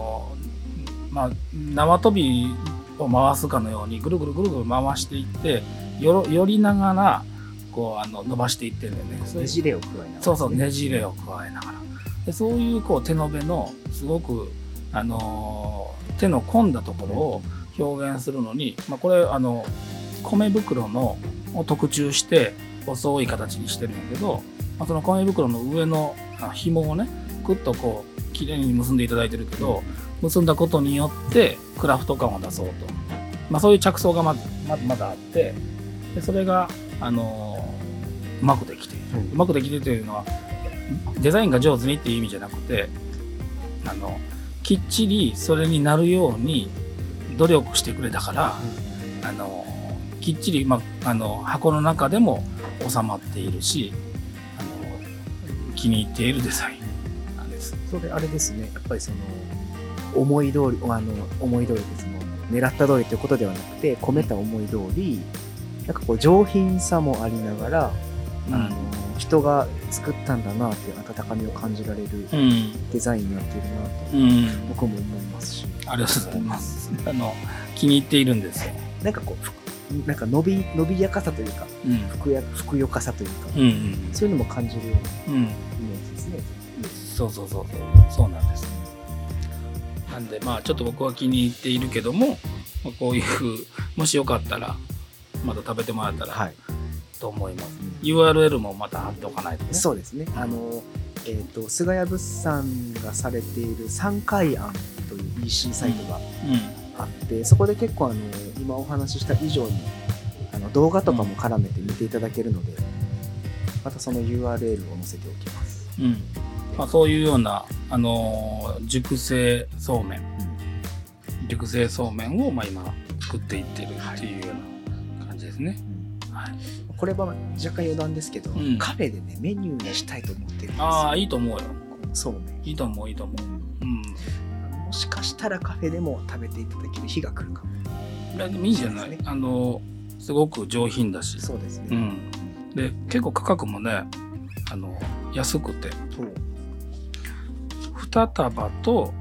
縄跳びを回すかのようにぐるぐるぐるぐる回していって寄りながらこう伸ばしていってるんだよね。 ねじれを加えながら、ね、 そうねじれを加えながら、でそういうこう手延べのすごく手の込んだところを表現するのに、これ米袋のを特注して細い形にしてるんだけど、その米袋の上の紐をねくっとこう綺麗に結んでいただいてるけど、結んだことによってクラフト感を出そうと、そういう着想がまだあって、でそれがうまくできている、うまくできているというのはデザインが上手にっていう意味じゃなくて、きっちりそれになるように努力してくれたから、きっちり、箱の中でも収まっているし、気に入っているデザインなんです。 それあれですね、やっぱりその思い通りですね、狙った通りということではなくて、込めた思い通りなんかこう上品さもありながら、人が作ったんだなっていう温かみを感じられるデザインになっているなと、僕も思いますし、 ありがとうございます。気に入っているんですよ。 なんかこうなんか伸びやかさというか、ふくよかさというか、そういうのも感じるようなイメージですね。 そうなんです。なんでちょっと僕は気に入っているけども、こういうもしよかったらまた食べてもらえたら、と思います。URL もまた貼っておかないとね。 そうですね。菅谷物産がされている三海庵という EC サイトがあって、そこで結構今お話しした以上に動画とかも絡めて見ていただけるので、またその URL を載せておきます。 そういうような熟成そうめん、熟成そうめんを今作っていってるっていうような感じですね。 これは若干余談ですけど、カフェでねメニューにしたいと思ってるんですよ。 いいと思うよ。 そうめんいいと思う。 もしかしたらカフェでも食べていただける日が来るかも。 でもいいんじゃない？すごく上品だし。 そうですね。 で結構価格もね安くて、2束と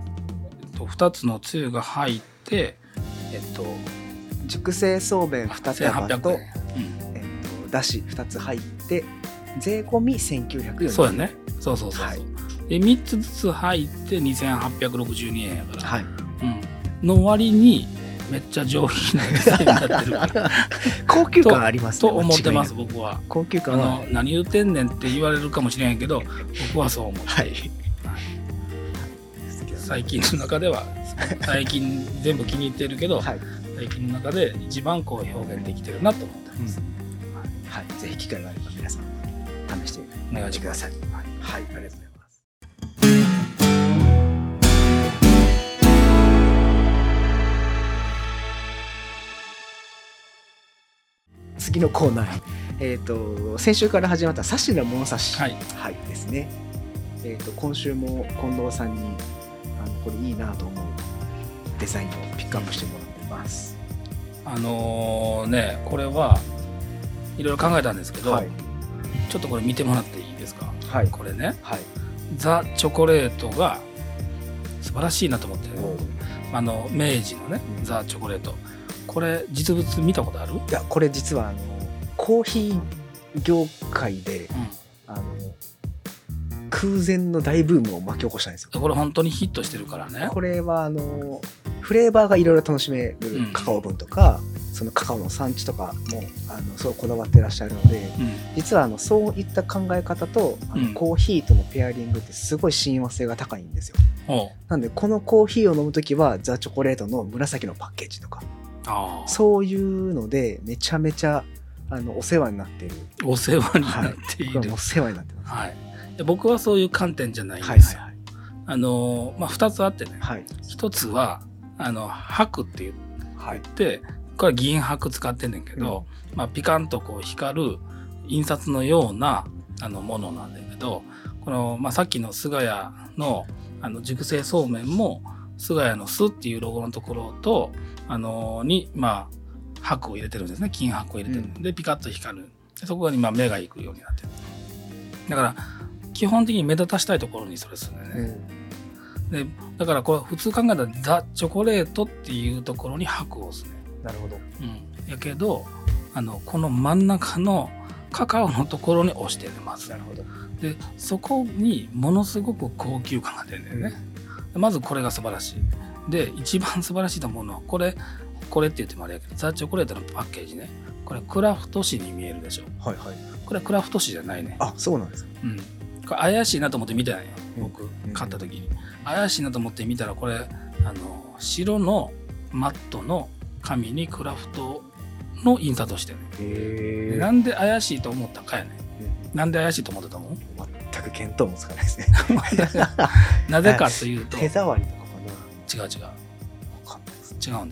2つのつゆが入って熟成そうめん2束と円、 だし2つ入って税込み1940円。 そうやね。そう、で3つずつ入って2862円やから、の割にめっちゃ上品なデザインになってるから高級感ありますね。 と思ってます。僕は高級感は何言ってんねんって言われるかもしれへんけど、僕はそう思って、最近の中では最近全部気に入ってるけど、 はい、 最近の中で一番こう表現できてるなと思ってます、 はい、ぜひ機会があれば皆さん試してお願いしてください。 はい、ありがとうございます。次のコーナー、先週から始まったサシの物差し、はいですね。今週も近藤さんにこれいいなと思うデザインをピックアップしてもらっています。 これはいろいろ考えたんですけど、ちょっとこれ見てもらっていいですか。これね、ザ・チョコレートが素晴らしいなと思って、明治のね、ザ・チョコレート、これ実物見たことある？ いや、これ実はコーヒー業界で、空前の大ブームを巻き起こしたんですよ。 これ本当にヒットしてるからね。 これはフレーバーがいろいろ楽しめるカカオ分とか、そのカカオの産地とかもそうこだわってらっしゃるので、実はそういった考え方とコーヒーとのペアリングってすごい親和性が高いんですよ。なんでこのコーヒーを飲むときはザ・チョコレートの紫のパッケージとか、そういうのでめちゃめちゃお世話になっている。 お世話になっている。 お世話になってます。 僕はそういう観点じゃないんですよ。2つあってね、1つは箔って言って、これは銀箔使ってんねんけど、ピカンとこう光る印刷のようなものなんだけど、この、さっきの菅谷の熟成そうめんも菅谷の酢っていうロゴのところとに箔を入れてるんですね。金箔を入れてる、でピカッと光る。でそこに目が行くようになってる。だから基本的に目立たしたいところにそれするんだよね。でだからこれ普通考えたらザ・チョコレートっていうところに箔を押すね。 なるほど。 やけどこの真ん中のカカオのところに押してるまず。 なるほど。 でそこにものすごく高級感が出るんだよね。まずこれが素晴らしい。で一番素晴らしいと思うのはこれって言ってもあれやけど、ザ・チョコレートのパッケージね、これクラフト紙に見えるでしょ。これクラフト紙じゃないね。 あ、そうなんですか。 これ怪しいなと思って見たんよ、僕買った時に。怪しいなと思って見たらこれ白のマットの紙にクラフトの印刷をしてる。なんで怪しいと思ったかやね。なんで怪しいと思ってたもん？ 全く見当もつかないですね。 なぜかというと、 手触りとかかな。違うんです。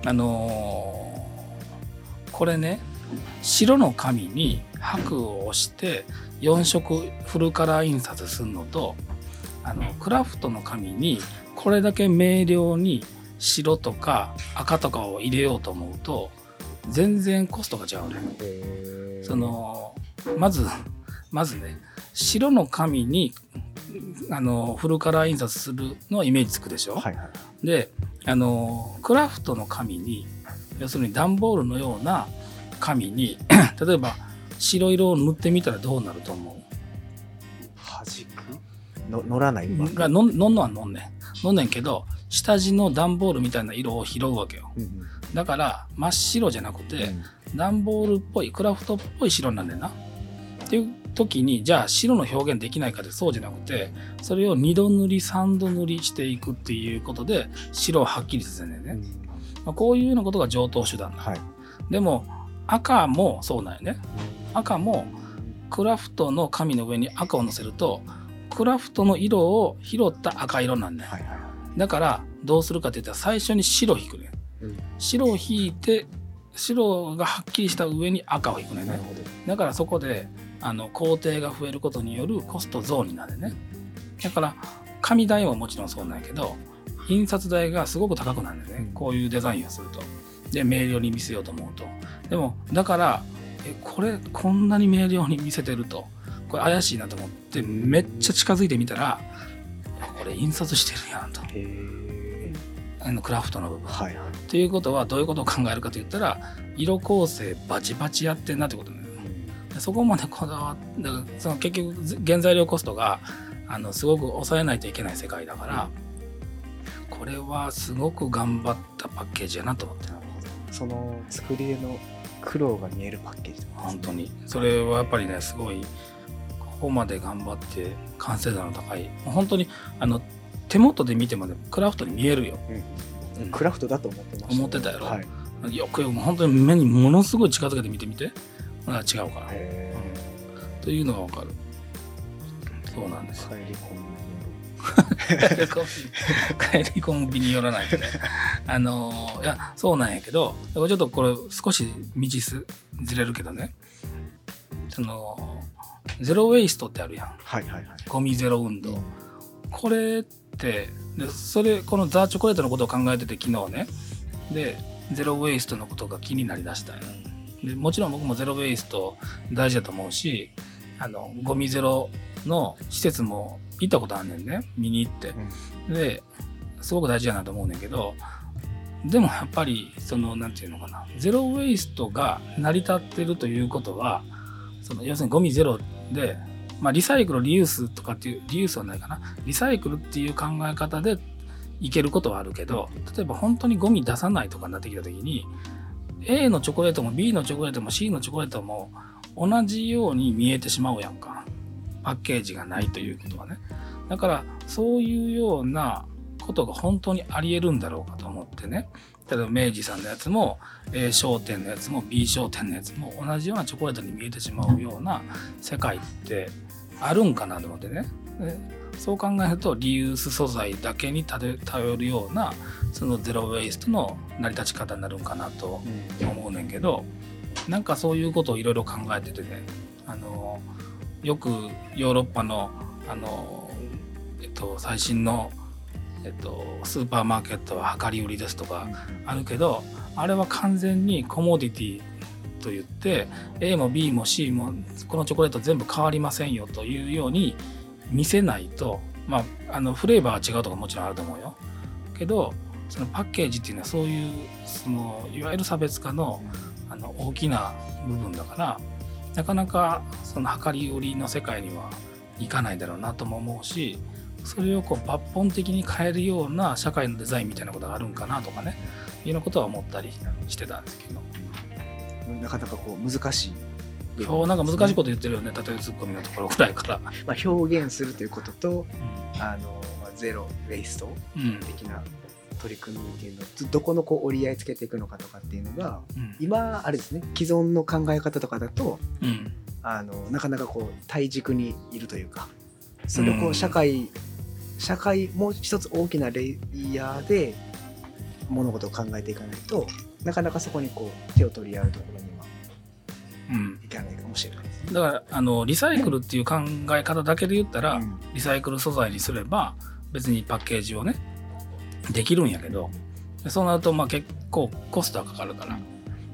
これね、白の紙に箔を押して4色フルカラー印刷するのと、クラフトの紙にこれだけ明瞭に白とか赤とかを入れようと思うと全然コストが違うね。まずね、白の紙にフルカラー印刷するのはイメージつくでしょ。でクラフトの紙に、要するに段ボールのような紙に例えば白色を塗ってみたらどうなると思う？ 弾く？乗らない？ 乗んのは乗んねんけど、下地の段ボールみたいな色を拾うわけよ。だから真っ白じゃなくて、段ボールっぽいクラフトっぽい白なんだよな。っていう時に、じゃあ白の表現できないかってそうじゃなくて、それを2度塗り3度塗りしていくっていうことで白をはっきりさせるんだよね。こういうようなことが常套手段だ。でも赤もそうなんよね。赤もクラフトの紙の上に赤を乗せるとクラフトの色を拾った赤色なんだよ。だからどうするかって言ったら最初に白を引くね。白を引いて白がはっきりした上に赤を引くね。だからそこで工程が増えることによるコスト増になるね。だから紙代はもちろんそうなんやけど、印刷代がすごく高くなるんだよね。こういうデザインをすると。で明瞭に見せようと思うと。でもだからこんなに明瞭に見せてるとこれ怪しいなと思ってめっちゃ近づいてみたら、これ印刷してるやんと。クラフトの部分。っていうことはどういうことを考えるかと言ったら、色構成バチバチやってんなってことね。そこまでこだわって、結局原材料コストがすごく抑えないといけない世界だから、これはすごく頑張ったパッケージやなと思ってる。 その作り手の苦労が見えるパッケージ、 本当にそれはやっぱりね、すごいここまで頑張って完成度の高い、本当に手元で見てもねクラフトに見えるよ、 クラフトだと思ってました、ね、 思ってたやろ、 はい、 よく本当に目にものすごい近づけて見てみて、違うから、というのが分かる。そうなんです。帰りコンビニ寄らないとねいやそうなんやけど、ちょっとこれ少し道ずれるけどね、そのゼロウェイストってあるやん、 はいはいはい、 ゴミゼロ運動、これってでこのザ・チョコレートのことを考えてて昨日ね、でゼロウェイストのことが気になりだしたんよ。でもちろん僕もゼロウェイスト大事だと思うし、ゴミゼロの施設も行ったことあんねんね、見に行って、ですごく大事だなと思うねんけど、でもやっぱりなんていうのかな、ゼロウェイストが成り立ってるということは、要するにゴミゼロで、リサイクルリユースとかっていう、リユースはないかな、リサイクルっていう考え方でいけることはあるけど、例えば本当にゴミ出さないとかになってきた時に A のチョコレートも B のチョコレートも C のチョコレートも同じように見えてしまうやんか、パッケージがないということはね。だからそういうようなことが本当にありえるんだろうかと思ってね、例えば明治さんのやつも A 商店のやつも B 商店のやつも同じようなチョコレートに見えてしまうような世界ってあるんかなと思ってね。そう考えるとリユース素材だけに頼るようなゼロウェイストの成り立ち方になるんかなと思うねんけど、なんかそういうことをいろいろ考えててね、よくヨーロッパの最新のスーパーマーケットは量り売りですとかあるけど、あれは完全にコモディティと言って A も B も C もこのチョコレート全部変わりませんよというように見せないと、フレーバーは違うとかもちろんあると思うよけど、そのパッケージっていうのはそういういわゆる差別化の大きな部分だから、なかなか量り売りの世界にはいかないだろうなとも思うし、それを抜本的に変えるような社会のデザインみたいなことがあるんかなとかね、いうようなことは思ったりしてたんですけど、 なかなか難しい。 今日なんか難しいこと言ってるよね、例えばツッコミのところぐらいから、 表現するということと、ゼロウェイスト的な取り組みっていうのをどこの折り合いつけていくのかとかっていうのが、今あれですね、既存の考え方とかだと、なかなか対軸にいるというか、それを社会もう一つ大きなレイヤーで物事を考えていかないと、なかなかそこに手を取り合うところにはいかないかもしれないですね。 だからリサイクルっていう考え方だけで言ったら、リサイクル素材にすれば別にパッケージをねできるんやけど、そうなると結構コストはかかるから、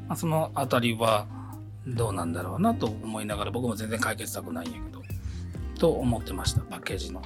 そのあたりはどうなんだろうなと思いながら、僕も全然解決策ないんやけどと思ってました、パッケージの。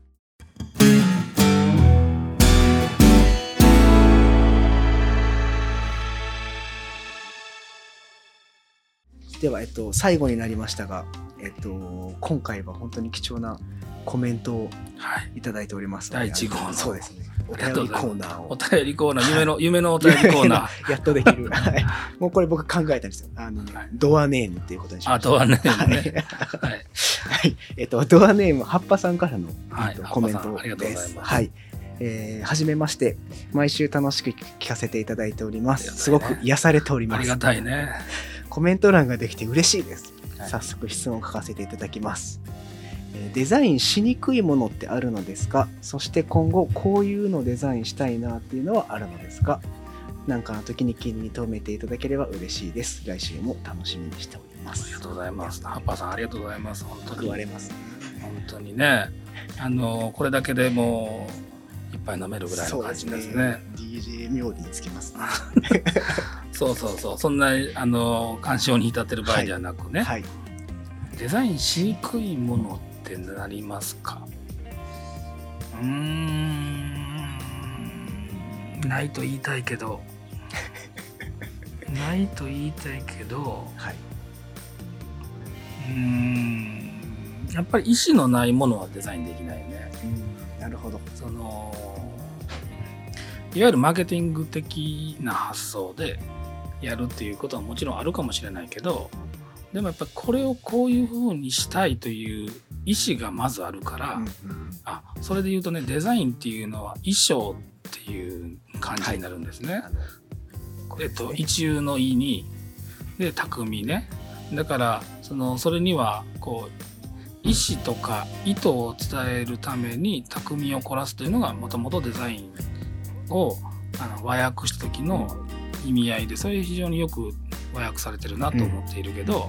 では、最後になりましたが、今回は本当に貴重なコメントをいただいておりますので、 第1号の、 そうですね、お便りコーナーを、 お便りコーナー、夢のお便りコーナーやっとできるもうこれ僕考えたんですよ、ドアネームっていうことにしました。 ドアネームね、 ドアネームはっぱさんからの、コメントありがとうございます。 はい、はじめまして、毎週楽しく聞かせていただいております。すごく癒されております。 ありがたいね。 コメント欄ができて嬉しいです。早速質問を書かせていただきます。デザインしにくいものってあるのですか？そして今後こういうのをデザインしたいなっていうのはあるのですか？なんかの時に気に留めていただければ嬉しいです。来週も楽しみにしております。 ありがとうございます。ハッパーさんありがとうございます。本当に報われますね。 本当にね、これだけでもういっぱい飲めるぐらいの感じですね。 DJ 妙につきますね。 そう、そんな鑑賞に至ってる場合ではなくね、デザインしにくいものってなりますか？ないと言いたいけどやっぱり意思のないものはデザインできないね。 なるほど。 いわゆるマーケティング的な発想でやるっていうことはもちろんあるかもしれないけど、でもやっぱりこれをこういう風にしたいという意思がまずあるから、それで言うとね、デザインっていうのは衣装っていう感じになるんですね。一憂の意にで匠ね。だからそれにはこう意思とか意図を伝えるために匠を凝らすというのがもともとデザインを和訳した時の意味合いで、それ非常によく和訳されてるなと思っているけど、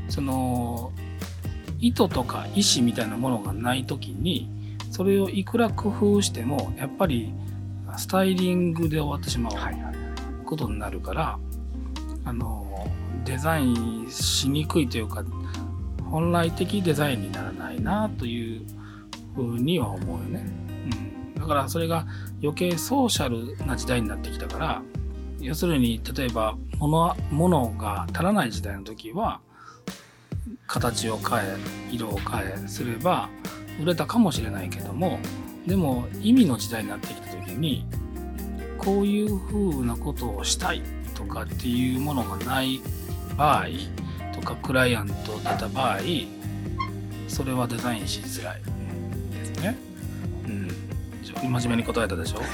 意図とか意思みたいなものがない時にそれをいくら工夫してもやっぱりスタイリングで終わってしまうことになるから、デザインしにくいというか本来的デザインにならないなというふうには思うよね。だからそれが余計ソーシャルな時代になってきたから、要するに例えば物が足らない時代の時は形を変え色を変えすれば売れたかもしれないけども、でも意味の時代になってきた時にこういう風なことをしたいとかっていうものがない場合とか、クライアント出た場合それはデザインしづらいですね。真面目に答えたでしょこ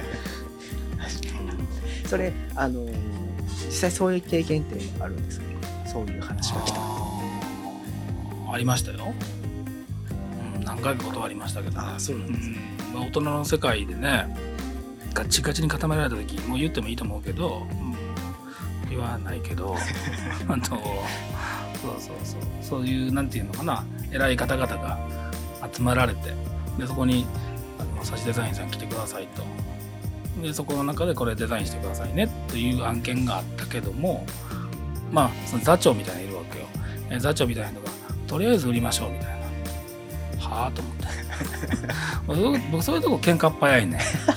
れ。 それ実際そういう経験ってあるんですか？そういう話が来た。 ありましたよ。何回か断りましたけどね。 そうなんですね。 大人の世界でね、ガチガチに固められた時もう言ってもいいと思うけど、言わないけどそういうなんていうのかな、偉い方々が集まられて、でそこにサシデザインさん来てくださいと、でそこの中でこれデザインしてくださいねという案件があったけども、その座長みたいなのいるわけよ。座長みたいなのがとりあえず売りましょうみたいな、はぁと思って僕そういうとこ喧嘩っ早いね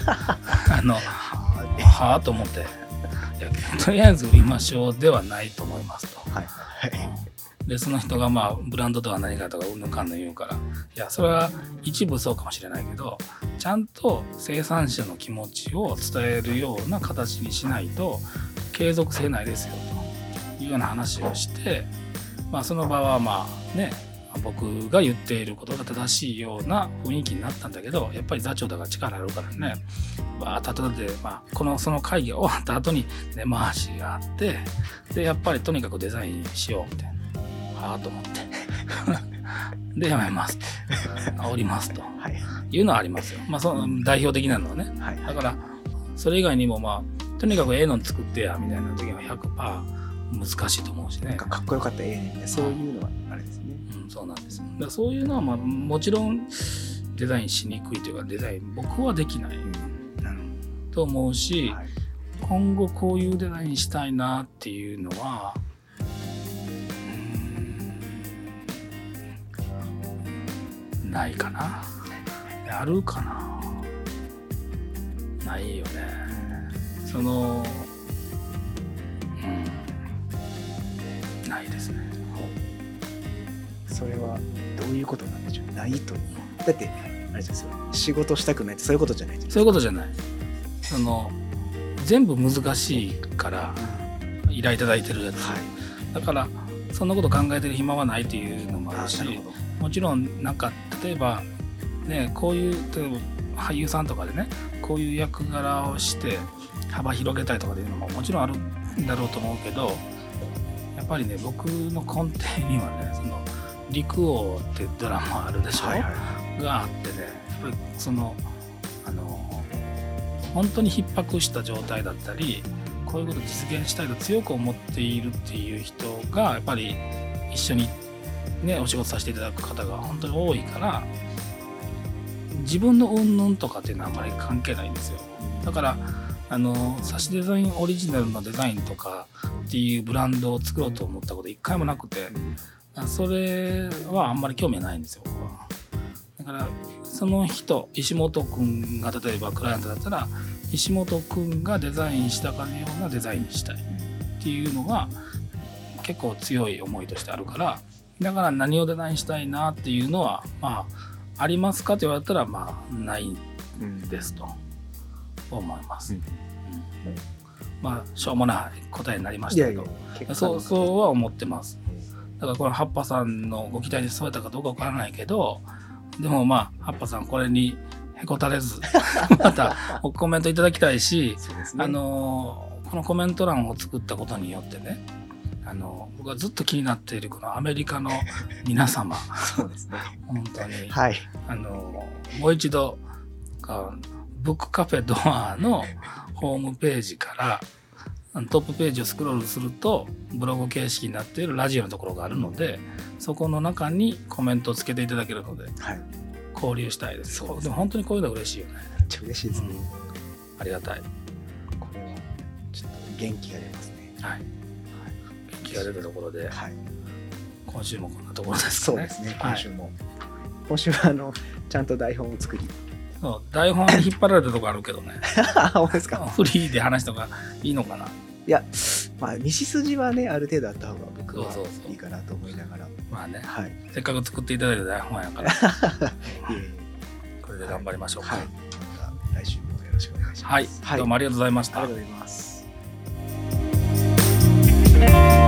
はぁと思って、いやとりあえず売りましょうではないと思いますと。でその人がブランドとは何かとかうんぬんかんぬん言うから、いやそれは一部そうかもしれないけど、ちゃんと生産者の気持ちを伝えるような形にしないと継続性ないですよというような話をして、その場は僕が言っていることが正しいような雰囲気になったんだけど、やっぱり座長だから力あるからね、後でその会議が終わった後に根回しがあって、でやっぱりとにかくデザインしようみたいな、はぁと思ってでやめますと煽りますというのはありますよ。その代表的なのはね、だからそれ以外にもとにかくええの作ってやみたいな時は 100% 難しいと思うしね。 かっこよかったらええねんね、そういうのはあれですね。 そうなんです。だからそういうのはもちろんデザインしにくいというか、デザイン僕はできない、と思うし、今後こういうデザインしたいなっていうのはないかな。あるかな。ないよね。ないですね。 それはどういうことなんでしょう。ないと。だってあれですよ、仕事したくないってそういうことじゃない。 そういうことじゃない。全部難しいから依頼いただいてるやつ、だからそんなこと考えてる暇はないっていうのもあるし、もちろん例えばね、こういう例えば俳優さんとかでね、こういう役柄をして幅広げたいとかっていうのももちろんあるんだろうと思うけど、やっぱりね、僕の根底にはね、陸王ってドラマあるでしょ、があってね、やっぱり本当に逼迫した状態だったり、こういうことを実現したいと強く思っているっていう人がやっぱり一緒にねお仕事させていただく方が本当に多いから、自分の云々とかっていうのはあんまり関係ないんですよ。だからサシデザインオリジナルのデザインとかっていうブランドを作ろうと思ったこと一回もなくて、それはあんまり興味ないんですよ、僕は。だからその人、石本くんが例えばクライアントだったら、石本くんがデザインしたかのようなデザインにしたいっていうのが結構強い思いとしてあるから、だから何をデザインしたいなっていうのはありますかと言われたらないですと思います。しょうもない答えになりましたけど、そうは思ってます。 だからこれハッパさんのご期待に添えたかどうかわからないけど、でもまあハッパさんこれにへこたれずまたコメントいただきたいし、 そうですね、 このコメント欄を作ったことによってね、僕がずっと気になっているこのアメリカの皆様そうですね、 本当に、 はい、 もう一度ブックカフェドアのホームページからトップページをスクロールするとブログ形式になっているラジオのところがあるので、そこの中にコメントをつけていただけるので、はい、交流したいです。そうですね、でも本当にこういうのは嬉しいよね。 めっちゃ嬉しいですね、 ありがたい。 これはちょっと元気が出ますね。はい、 元気が出たところで、はい、今週もこんなところですかね。 そうですね、今週も、今週はちゃんと台本を作り、 そう台本に引っ張られたところあるけどね本当ですか。 フリーで話した方がいいのかな。 いや、まあ道筋はねある程度あった方が僕はいいかなと思いながら、 まあね、 はい、 せっかく作っていただいた台本やからこれで頑張りましょうか。はい、 また来週もよろしくお願いします。 はい、どうもありがとうございました。 ありがとうございます。